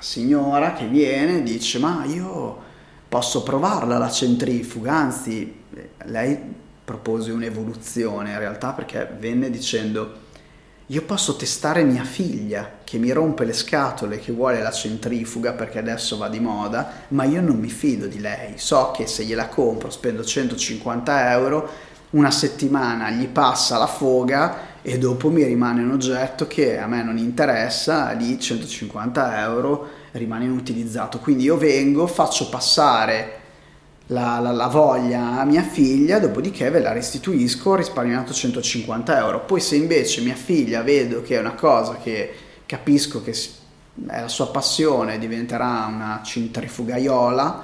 signora che viene e dice: ma io posso provarla la centrifuga, anzi lei propose un'evoluzione in realtà, perché venne dicendo: io posso testare mia figlia che mi rompe le scatole, che vuole la centrifuga perché adesso va di moda, ma io non mi fido di lei, so che se gliela compro spendo 150 euro, una settimana gli passa la foga e dopo mi rimane un oggetto che a me non interessa, lì 150 euro rimane inutilizzato. Quindi io vengo, faccio passare la voglia a mia figlia, dopodiché ve la restituisco, ho risparmiato 150 euro. Poi se invece mia figlia vedo che è una cosa che capisco che è la sua passione, diventerà una centrifugaiola,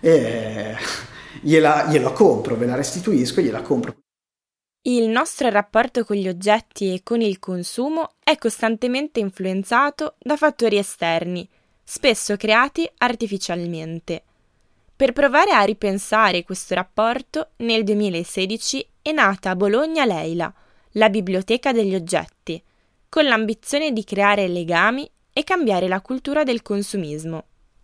gliela compro, ve la restituisco e gliela compro. Il nostro rapporto con gli oggetti e con il consumo è costantemente influenzato da fattori esterni, spesso creati artificialmente. Per provare a ripensare questo rapporto, nel 2016 è nata a Bologna Leila, la biblioteca degli oggetti, con l'ambizione di creare legami e cambiare la cultura del consumismo.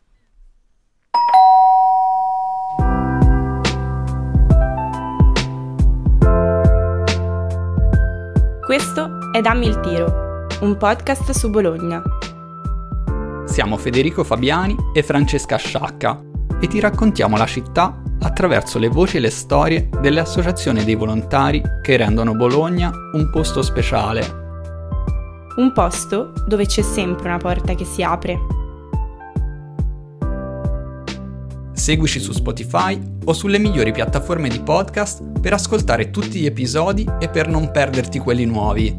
Questo è Dammi il tiro, un podcast su Bologna. Siamo Federico Fabiani e Francesca Sciacca e ti raccontiamo la città attraverso le voci e le storie delle associazioni dei volontari che rendono Bologna un posto speciale. Un posto dove c'è sempre una porta che si apre. Seguici su Spotify o sulle migliori piattaforme di podcast per ascoltare tutti gli episodi e per non perderti quelli nuovi.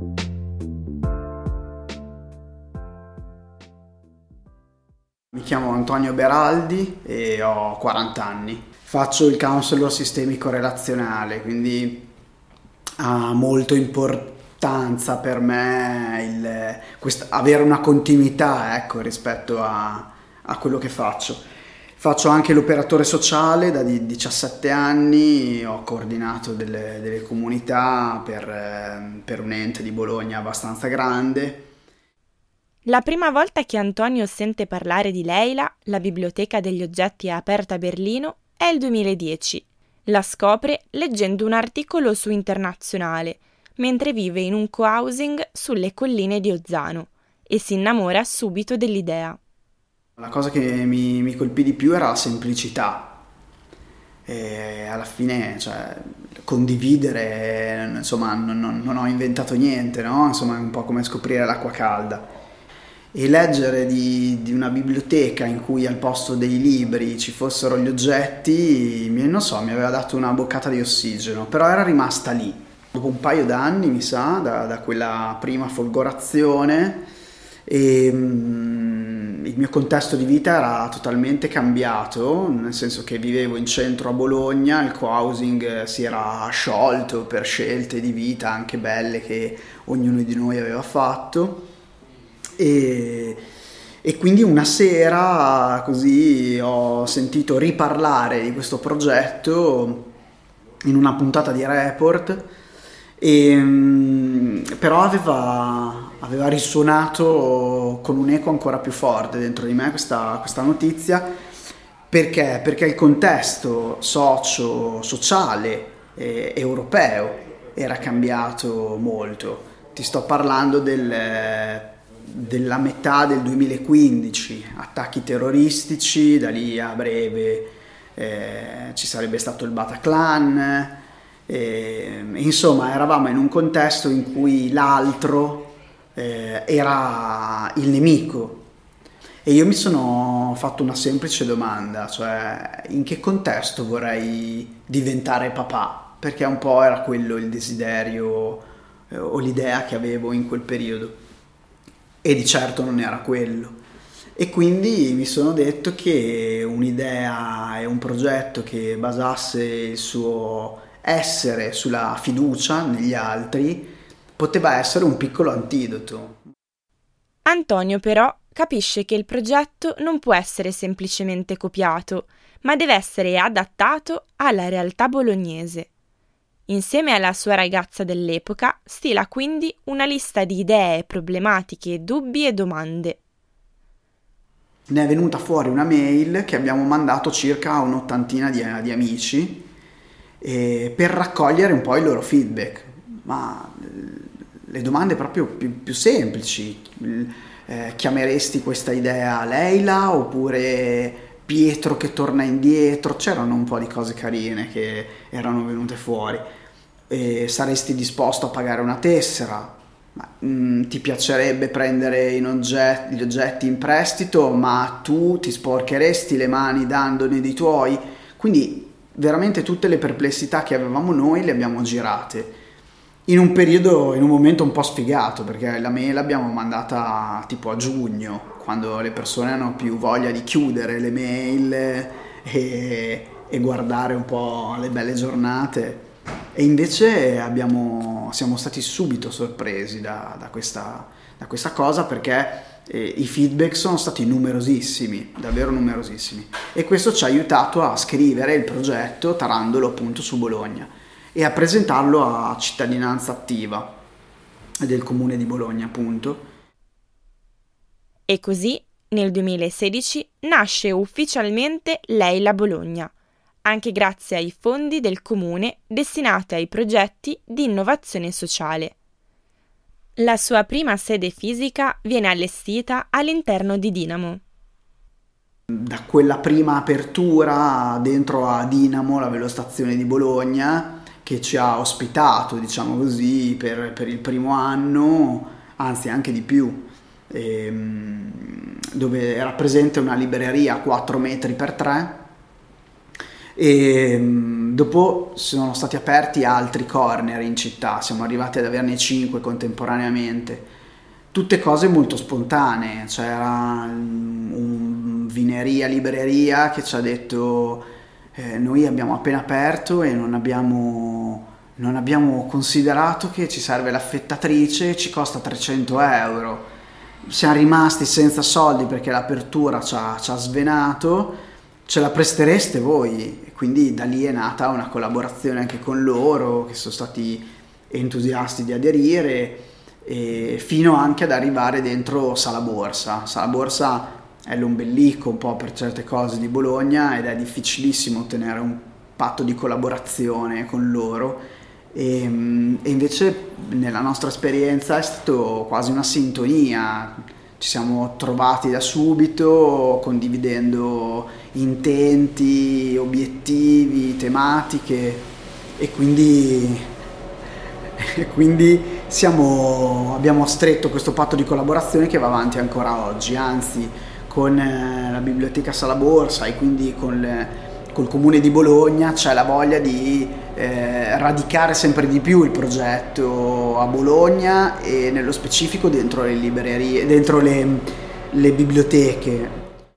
Mi chiamo Antonio Beraldi e ho 40 anni. Faccio il counselor sistemico relazionale, quindi ha molto importanza per me avere una continuità, rispetto a quello che faccio. Faccio anche l'operatore sociale da 17 anni, ho coordinato delle comunità per un ente di Bologna abbastanza grande. La prima volta che Antonio sente parlare di Leila, la biblioteca degli oggetti è aperta a Berlino, è il 2010. La scopre leggendo un articolo su Internazionale, mentre vive in un co-housing sulle colline di Ozzano, e si innamora subito dell'idea. La cosa che mi colpì di più era la semplicità. E alla fine, condividere, insomma, non ho inventato niente, no? Insomma, è un po' come scoprire l'acqua calda. E leggere di una biblioteca in cui al posto dei libri ci fossero gli oggetti, mi aveva dato una boccata di ossigeno, però era rimasta lì. Dopo un paio d'anni, mi sa, da quella prima folgorazione, e il mio contesto di vita era totalmente cambiato, nel senso che vivevo in centro a Bologna, il co-housing si era sciolto per scelte di vita anche belle che ognuno di noi aveva fatto, e quindi una sera così ho sentito riparlare di questo progetto in una puntata di Report, però aveva risuonato con un'eco ancora più forte dentro di me questa notizia, perché il contesto sociale europeo era cambiato molto. Ti sto parlando della metà del 2015, attacchi terroristici, da lì a breve ci sarebbe stato il Bataclan, insomma eravamo in un contesto in cui l'altro era il nemico, e io mi sono fatto una semplice domanda, cioè in che contesto vorrei diventare papà, perché un po' era quello il desiderio o l'idea che avevo in quel periodo, e di certo non era quello. E quindi mi sono detto che un'idea e un progetto che basasse il suo essere sulla fiducia negli altri poteva essere un piccolo antidoto. Antonio però capisce che il progetto non può essere semplicemente copiato, ma deve essere adattato alla realtà bolognese. Insieme alla sua ragazza dell'epoca stila quindi una lista di idee, problematiche, dubbi e domande. ne è venuta fuori una mail che abbiamo mandato circa a un'ottantina di amici per raccogliere un po' i loro feedback, ma le domande proprio più semplici. Chiameresti questa idea Leila oppure Pietro che torna indietro? C'erano un po' di cose carine che erano venute fuori. Saresti disposto a pagare una tessera? Ti piacerebbe prendere gli oggetti in prestito, ma tu ti sporcheresti le mani dandone dei tuoi? Quindi veramente tutte le perplessità che avevamo noi le abbiamo girate in un momento un po' sfigato, perché la mail l'abbiamo mandata tipo a giugno, quando le persone hanno più voglia di chiudere le mail e guardare un po' le belle giornate. E invece siamo stati subito sorpresi da questa cosa, perché i feedback sono stati numerosissimi, davvero numerosissimi, e questo ci ha aiutato a scrivere il progetto tarandolo appunto su Bologna e a presentarlo a Cittadinanza Attiva del Comune di Bologna, appunto. E così nel 2016 nasce ufficialmente Leila Bologna, anche grazie ai fondi del Comune destinati ai progetti di innovazione sociale. La sua prima sede fisica viene allestita all'interno di Dinamo. Da quella prima apertura dentro a Dinamo, la velostazione di Bologna, che ci ha ospitato, diciamo così, per il primo anno, anzi anche di più, dove era presente una libreria a 4 metri per 3, e dopo sono stati aperti altri corner in città, siamo arrivati ad averne 5 contemporaneamente, tutte cose molto spontanee. C'era un vineria libreria che ci ha detto noi abbiamo appena aperto e non abbiamo considerato che ci serve l'affettatrice, ci costa 300 euro, siamo rimasti senza soldi perché l'apertura ci ha svenato, ce la prestereste voi? Quindi da lì è nata una collaborazione anche con loro, che sono stati entusiasti di aderire, fino anche ad arrivare dentro Sala Borsa. Sala Borsa è l'ombelico un po' per certe cose di Bologna ed è difficilissimo ottenere un patto di collaborazione con loro, e invece nella nostra esperienza è stato quasi una sintonia. Ci siamo trovati da subito, condividendo intenti, obiettivi, tematiche, e quindi abbiamo stretto questo patto di collaborazione che va avanti ancora oggi, anzi con la Biblioteca Sala Borsa e quindi col Comune di Bologna c'è la voglia di radicare sempre di più il progetto a Bologna, e nello specifico dentro le librerie, dentro le biblioteche.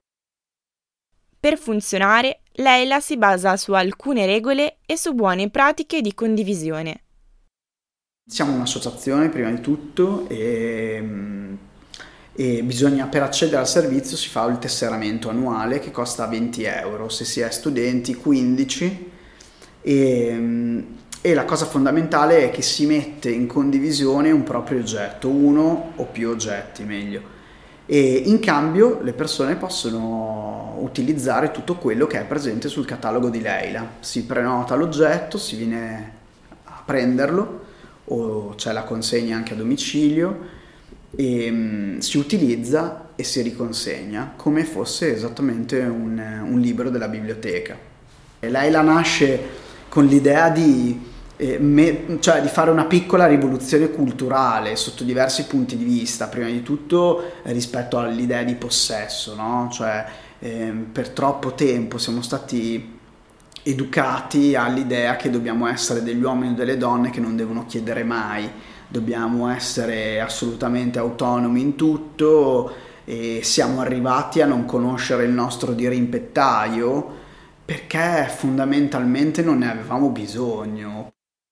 Per funzionare, Leila si basa su alcune regole e su buone pratiche di condivisione. Siamo un'associazione prima di tutto, e bisogna, per accedere al servizio si fa il tesseramento annuale che costa 20 euro, se si è studenti 15, e la cosa fondamentale è che si mette in condivisione un proprio oggetto, uno o più oggetti meglio, e in cambio le persone possono utilizzare tutto quello che è presente sul catalogo di Leila. Si prenota l'oggetto, si viene a prenderlo o c'è la consegna anche a domicilio, e si utilizza e si riconsegna come fosse esattamente un libro della biblioteca. E Leila nasce con l'idea di fare una piccola rivoluzione culturale sotto diversi punti di vista, prima di tutto rispetto all'idea di possesso, no? Per troppo tempo siamo stati educati all'idea che dobbiamo essere degli uomini o delle donne che non devono chiedere mai, dobbiamo essere assolutamente autonomi in tutto, e siamo arrivati a non conoscere il nostro dirimpettaio perché fondamentalmente non ne avevamo bisogno.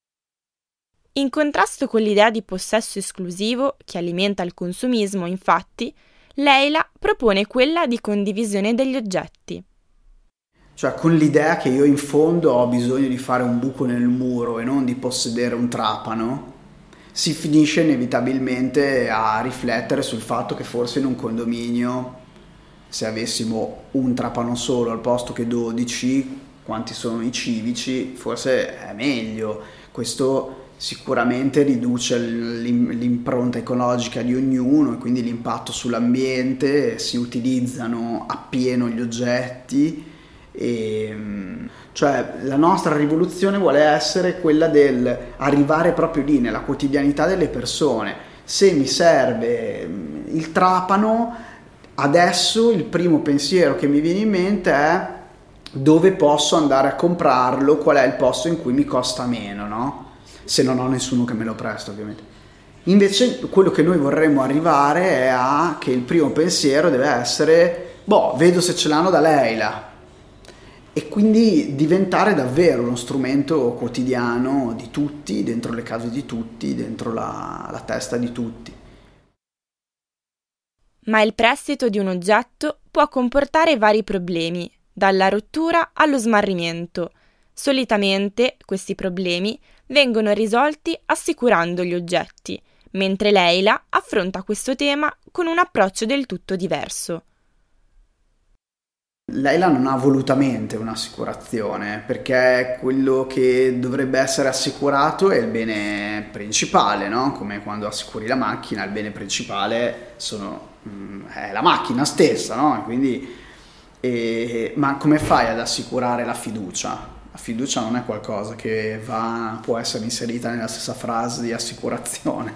In contrasto con l'idea di possesso esclusivo che alimenta il consumismo, infatti, Leila propone quella di condivisione degli oggetti. Cioè, con l'idea che io in fondo ho bisogno di fare un buco nel muro e non di possedere un trapano, si finisce inevitabilmente a riflettere sul fatto che forse in un condominio se avessimo un trapano solo al posto che 12, quanti sono i civici, forse è meglio. Questo sicuramente riduce l'impronta ecologica di ognuno e quindi l'impatto sull'ambiente, si utilizzano appieno gli oggetti. Cioè la nostra rivoluzione vuole essere quella del arrivare proprio lì nella quotidianità delle persone. Se mi serve il trapano, adesso il primo pensiero che mi viene in mente è dove posso andare a comprarlo, qual è il posto in cui mi costa meno, no? Se non ho nessuno che me lo presta, ovviamente. Invece quello che noi vorremmo arrivare è a che il primo pensiero deve essere vedo se ce l'hanno da Leila, e quindi diventare davvero uno strumento quotidiano di tutti, dentro le case di tutti, dentro la testa di tutti. Ma il prestito di un oggetto può comportare vari problemi, dalla rottura allo smarrimento. Solitamente questi problemi vengono risolti assicurando gli oggetti, mentre Leila affronta questo tema con un approccio del tutto diverso. Leila non ha volutamente un'assicurazione, perché quello che dovrebbe essere assicurato è il bene principale, no? Come quando assicuri la macchina, il bene principale è la macchina stessa, no? Quindi, ma come fai ad assicurare la fiducia? La fiducia non è qualcosa che può essere inserita nella stessa frase di assicurazione.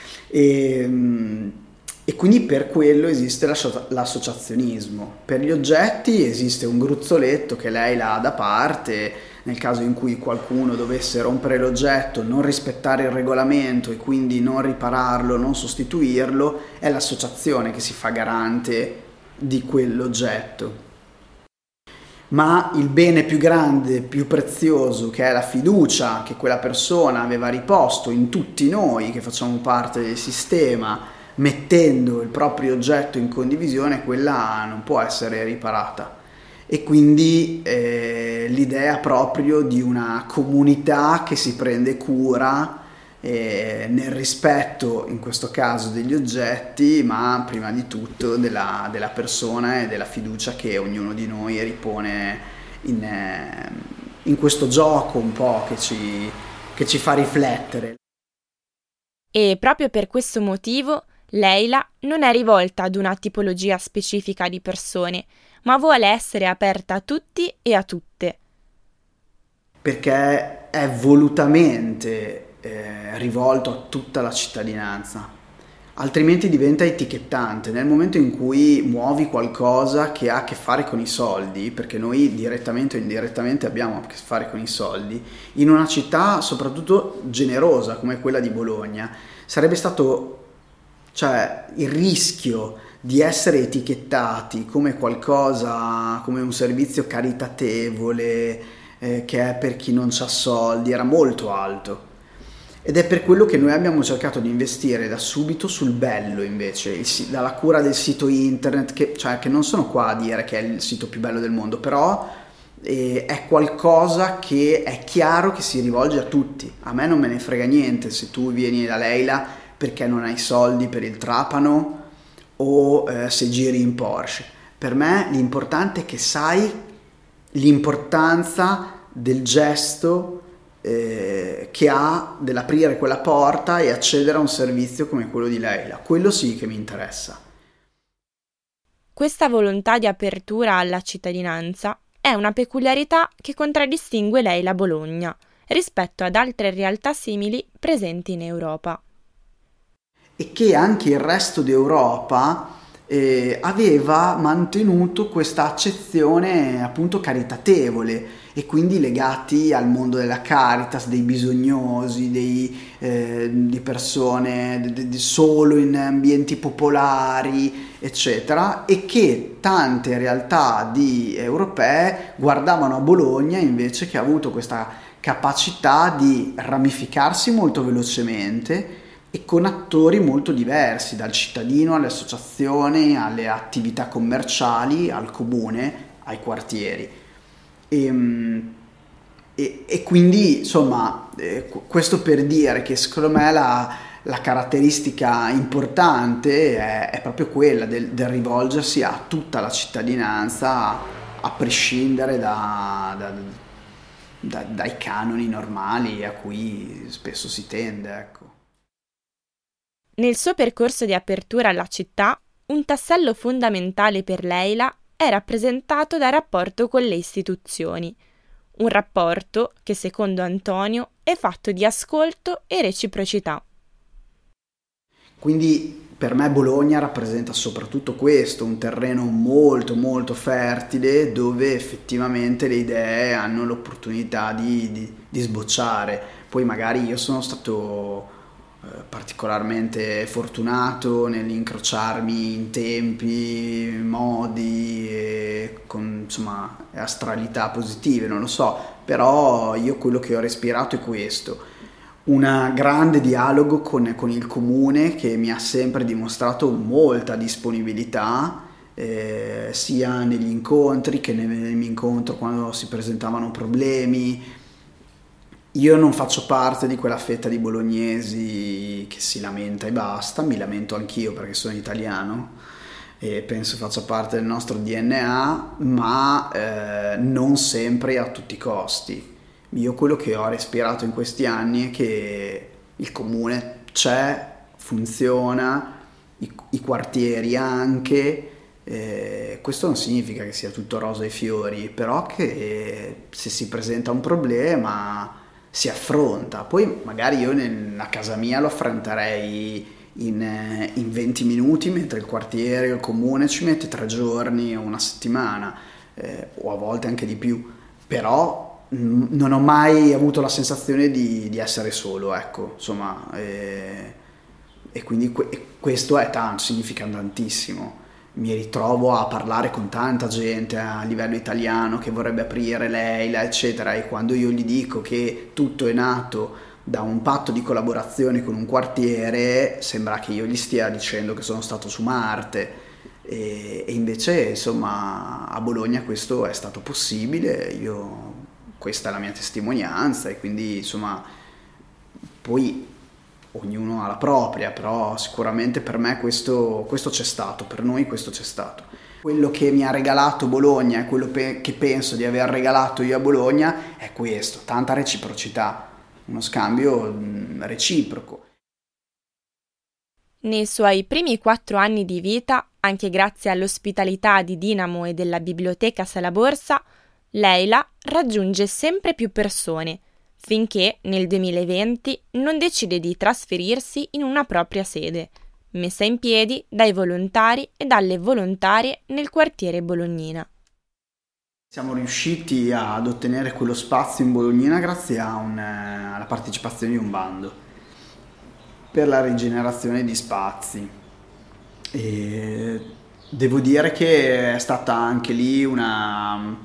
E quindi per quello esiste l'associazionismo. Per gli oggetti esiste un gruzzoletto che lei ha da parte nel caso in cui qualcuno dovesse rompere l'oggetto, non rispettare il regolamento e quindi non ripararlo, non sostituirlo, è l'associazione che si fa garante di quell'oggetto. Ma il bene più grande, più prezioso, che è la fiducia che quella persona aveva riposto in tutti noi che facciamo parte del sistema, mettendo il proprio oggetto in condivisione, quella non può essere riparata. E quindi l'idea proprio di una comunità che si prende cura nel rispetto, in questo caso, degli oggetti, ma prima di tutto della persona e della fiducia che ognuno di noi ripone in questo gioco un po' che ci fa riflettere. E proprio per questo motivo Leila non è rivolta ad una tipologia specifica di persone, ma vuole essere aperta a tutti e a tutte. Perché è volutamente rivolto a tutta la cittadinanza, altrimenti diventa etichettante. Nel momento in cui muovi qualcosa che ha a che fare con i soldi, perché noi direttamente o indirettamente abbiamo a che fare con i soldi, in una città soprattutto generosa come quella di Bologna, sarebbe stato il rischio di essere etichettati come qualcosa, come un servizio caritatevole che è per chi non c'ha soldi, era molto alto. Ed è per quello che noi abbiamo cercato di investire da subito sul bello, invece, dalla cura del sito internet, che non sono qua a dire che è il sito più bello del mondo, però è qualcosa che è chiaro che si rivolge a tutti. A me non me ne frega niente se tu vieni da Leila perché non hai soldi per il trapano o se giri in Porsche. Per me l'importante è che sai l'importanza del gesto che ha dell'aprire quella porta e accedere a un servizio come quello di Leila. Quello sì che mi interessa. Questa volontà di apertura alla cittadinanza è una peculiarità che contraddistingue Leila Bologna rispetto ad altre realtà simili presenti in Europa. E che anche il resto d'Europa aveva mantenuto questa accezione appunto caritatevole, e quindi legati al mondo della Caritas, dei bisognosi, di persone solo in ambienti popolari, eccetera, e che tante realtà europee guardavano a Bologna invece, che ha avuto questa capacità di ramificarsi molto velocemente e con attori molto diversi, dal cittadino alle associazioni, alle attività commerciali, al comune, ai quartieri. E quindi, insomma, questo per dire che secondo me la caratteristica importante è proprio quella del rivolgersi a tutta la cittadinanza, a prescindere dai canoni normali a cui spesso si tende, ecco. Nel suo percorso di apertura alla città, un tassello fondamentale per Leila è rappresentato dal rapporto con le istituzioni. Un rapporto che, secondo Antonio, è fatto di ascolto e reciprocità. Quindi per me Bologna rappresenta soprattutto questo, un terreno molto molto fertile dove effettivamente le idee hanno l'opportunità di sbocciare. Poi magari io sono stato particolarmente fortunato nell'incrociarmi in tempi, modi e con insomma astralità positive, non lo so, però io quello che ho respirato è questo. Un grande dialogo con il comune che mi ha sempre dimostrato molta disponibilità, sia negli incontri che nell'incontro quando si presentavano problemi. Io non faccio parte di quella fetta di bolognesi che si lamenta e basta, mi lamento anch'io perché sono italiano e penso faccia parte del nostro DNA, ma non sempre a tutti i costi. Io quello che ho respirato in questi anni è che il comune c'è, funziona, i quartieri anche, questo non significa che sia tutto rosa e fiori, però che se si presenta un problema si affronta. Poi magari io a casa mia lo affronterei in 20 minuti, mentre il quartiere o il comune ci mette 3 giorni o una settimana, o a volte anche di più, però non ho mai avuto la sensazione di essere solo, ecco, insomma, e quindi questo è tanto, significa tantissimo. Mi ritrovo a parlare con tanta gente a livello italiano che vorrebbe aprire Leila, eccetera, e quando io gli dico che tutto è nato da un patto di collaborazione con un quartiere, sembra che io gli stia dicendo che sono stato su Marte. E invece, insomma, a Bologna questo è stato possibile, questa è la mia testimonianza, e quindi, insomma, poi ognuno ha la propria, però sicuramente per me questo c'è stato, per noi questo c'è stato. Quello che mi ha regalato Bologna e quello che penso di aver regalato io a Bologna è questo, tanta reciprocità, uno scambio reciproco. Nei suoi primi 4 anni di vita, anche grazie all'ospitalità di Dinamo e della Biblioteca Sala Borsa, Leila raggiunge sempre più persone, finché nel 2020 non decide di trasferirsi in una propria sede, messa in piedi dai volontari e dalle volontarie nel quartiere Bolognina. Siamo riusciti ad ottenere quello spazio in Bolognina grazie alla partecipazione di un bando per la rigenerazione di spazi. E devo dire che è stata anche lì una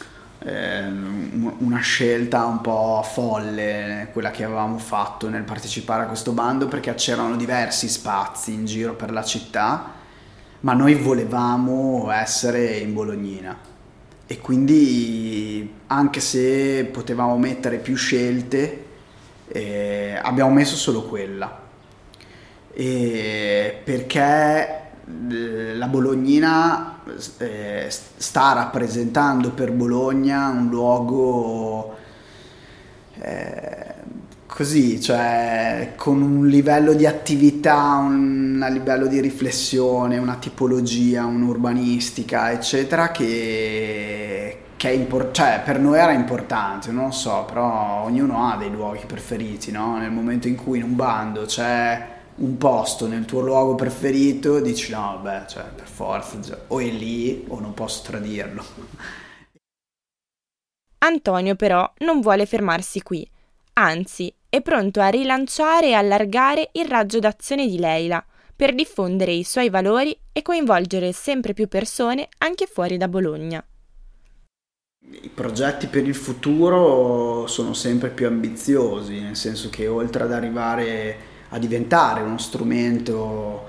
scelta un po' folle quella che avevamo fatto nel partecipare a questo bando, perché c'erano diversi spazi in giro per la città, ma noi volevamo essere in Bolognina e quindi, anche se potevamo mettere più scelte, abbiamo messo solo quella, perché la Bolognina sta rappresentando per Bologna un luogo così, cioè con un livello di attività, un livello di riflessione, una tipologia, un'urbanistica, eccetera, che cioè, per noi era importante, non lo so, però ognuno ha dei luoghi preferiti, no? Nel momento in cui in un bando c'è un posto nel tuo luogo preferito, dici no, vabbè, cioè per forza, o è lì o non posso tradirlo. Antonio però non vuole fermarsi qui, anzi è pronto a rilanciare e allargare il raggio d'azione di Leila per diffondere i suoi valori e coinvolgere sempre più persone anche fuori da Bologna. I progetti per il futuro sono sempre più ambiziosi, nel senso che oltre ad arrivare a diventare uno strumento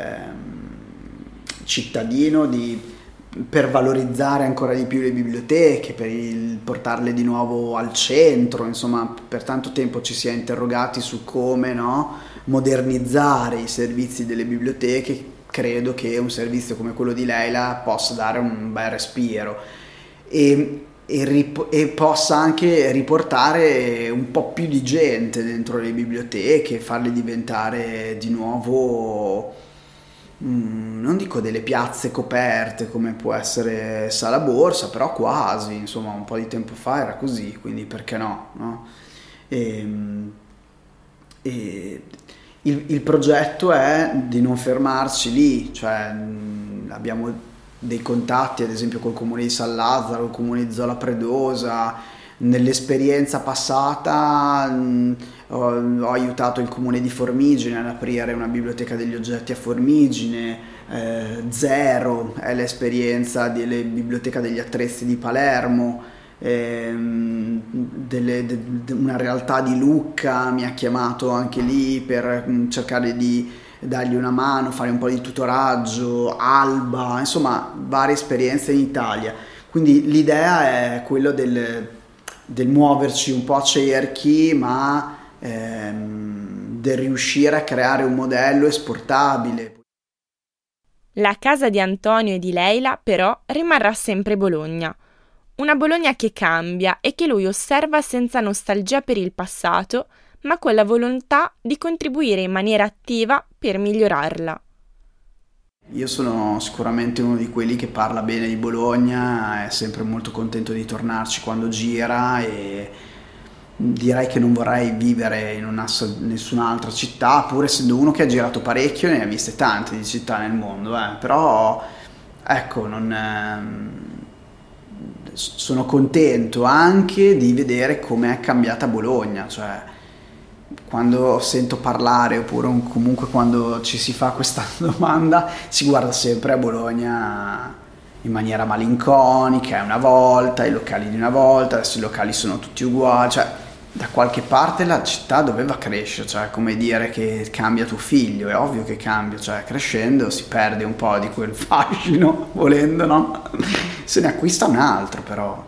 cittadino per valorizzare ancora di più le biblioteche, per portarle di nuovo al centro, insomma, per tanto tempo ci si è interrogati su come, no, modernizzare i servizi delle biblioteche, credo che un servizio come quello di Leila possa dare un bel respiro e possa anche riportare un po' più di gente dentro le biblioteche, farle diventare di nuovo, non dico delle piazze coperte come può essere Sala Borsa, però quasi, insomma un po' di tempo fa era così, quindi perché no? Il progetto è di non fermarci lì, cioè abbiamo dei contatti ad esempio col comune di San Lazzaro, il comune di Zola Predosa. Nell'esperienza passata ho aiutato il comune di Formigine ad aprire una biblioteca degli oggetti a Formigine. Zero è l'esperienza della biblioteca degli attrezzi di Palermo. Una realtà di Lucca mi ha chiamato anche lì per cercare di dargli una mano, fare un po' di tutoraggio, Alba, insomma varie esperienze in Italia. Quindi l'idea è quello del muoverci un po' a cerchi, ma del riuscire a creare un modello esportabile. La casa di Antonio e di Leila però rimarrà sempre Bologna. Una Bologna che cambia e che lui osserva senza nostalgia per il passato, ma con la volontà di contribuire in maniera attiva per migliorarla. Io sono sicuramente uno di quelli che parla bene di Bologna, è sempre molto contento di tornarci quando gira e direi che non vorrei vivere in nessun'altra città, pur essendo uno che ha girato parecchio e ne ha viste tante di città nel mondo, però ecco, sono contento anche di vedere come è cambiata Bologna, cioè quando sento parlare oppure comunque quando ci si fa questa domanda si guarda sempre a Bologna in maniera malinconica, una volta, i locali di una volta, adesso i locali sono tutti uguali, cioè da qualche parte la città doveva crescere, cioè come dire che cambia tuo figlio, è ovvio che cambia, cioè crescendo si perde un po' di quel fascino, volendo, no? Se ne acquista un altro però,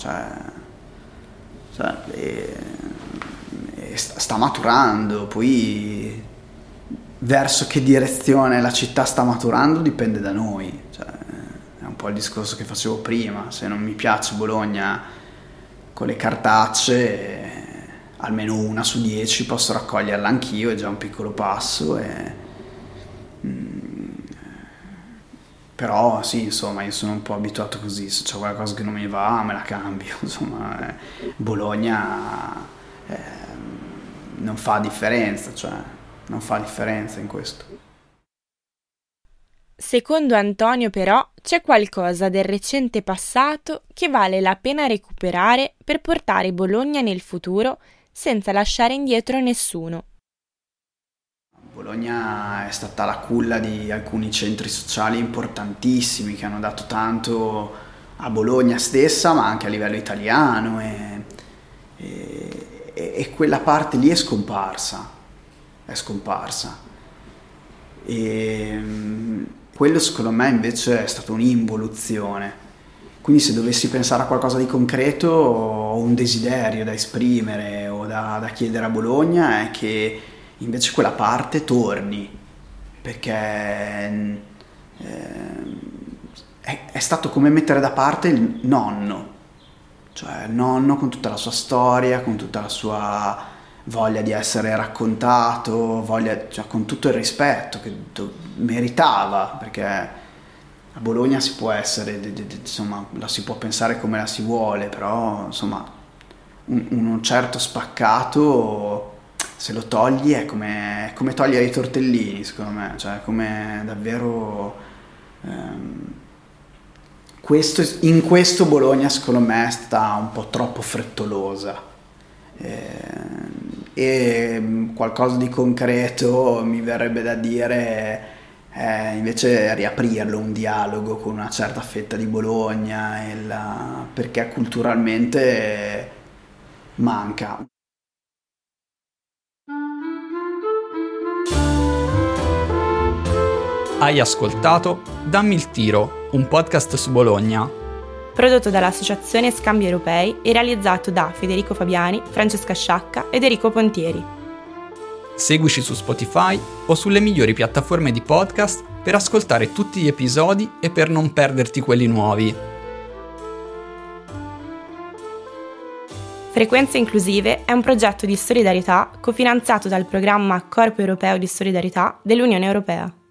sta maturando, poi verso che direzione la città sta maturando dipende da noi, cioè, è un po' il discorso che facevo prima, se non mi piace Bologna con le cartacce, almeno 1 su 10 posso raccoglierla anch'io, è già un piccolo passo, però sì, insomma, io sono un po' abituato così, se c'è qualcosa che non mi va me la cambio, insomma, Bologna non fa differenza, cioè non fa differenza in questo. Secondo Antonio però c'è qualcosa del recente passato che vale la pena recuperare per portare Bologna nel futuro senza lasciare indietro nessuno. Bologna è stata la culla di alcuni centri sociali importantissimi che hanno dato tanto a Bologna stessa ma anche a livello italiano e quella parte lì è scomparsa e quello secondo me invece è stata un'involuzione, quindi se dovessi pensare a qualcosa di concreto o un desiderio da esprimere o da chiedere a Bologna è che invece quella parte torni, perché è stato come mettere da parte il nonno, cioè il nonno con tutta la sua storia, con tutta la sua voglia di essere raccontato, cioè, con tutto il rispetto che meritava, perché a Bologna si può essere, insomma, la si può pensare come la si vuole, però insomma un certo spaccato se lo togli è come togliere i tortellini, secondo me, cioè come davvero in questo Bologna secondo me è stata un po' troppo frettolosa e qualcosa di concreto mi verrebbe da dire invece riaprirlo un dialogo con una certa fetta di Bologna perché culturalmente manca. Hai ascoltato Dammi il tiro, un podcast su Bologna. Prodotto dall'Associazione Scambi Europei e realizzato da Federico Fabiani, Francesca Sciacca ed Enrico Pontieri. Seguici su Spotify o sulle migliori piattaforme di podcast per ascoltare tutti gli episodi e per non perderti quelli nuovi. Frequenze Inclusive è un progetto di solidarietà cofinanziato dal programma Corpo Europeo di Solidarietà dell'Unione Europea.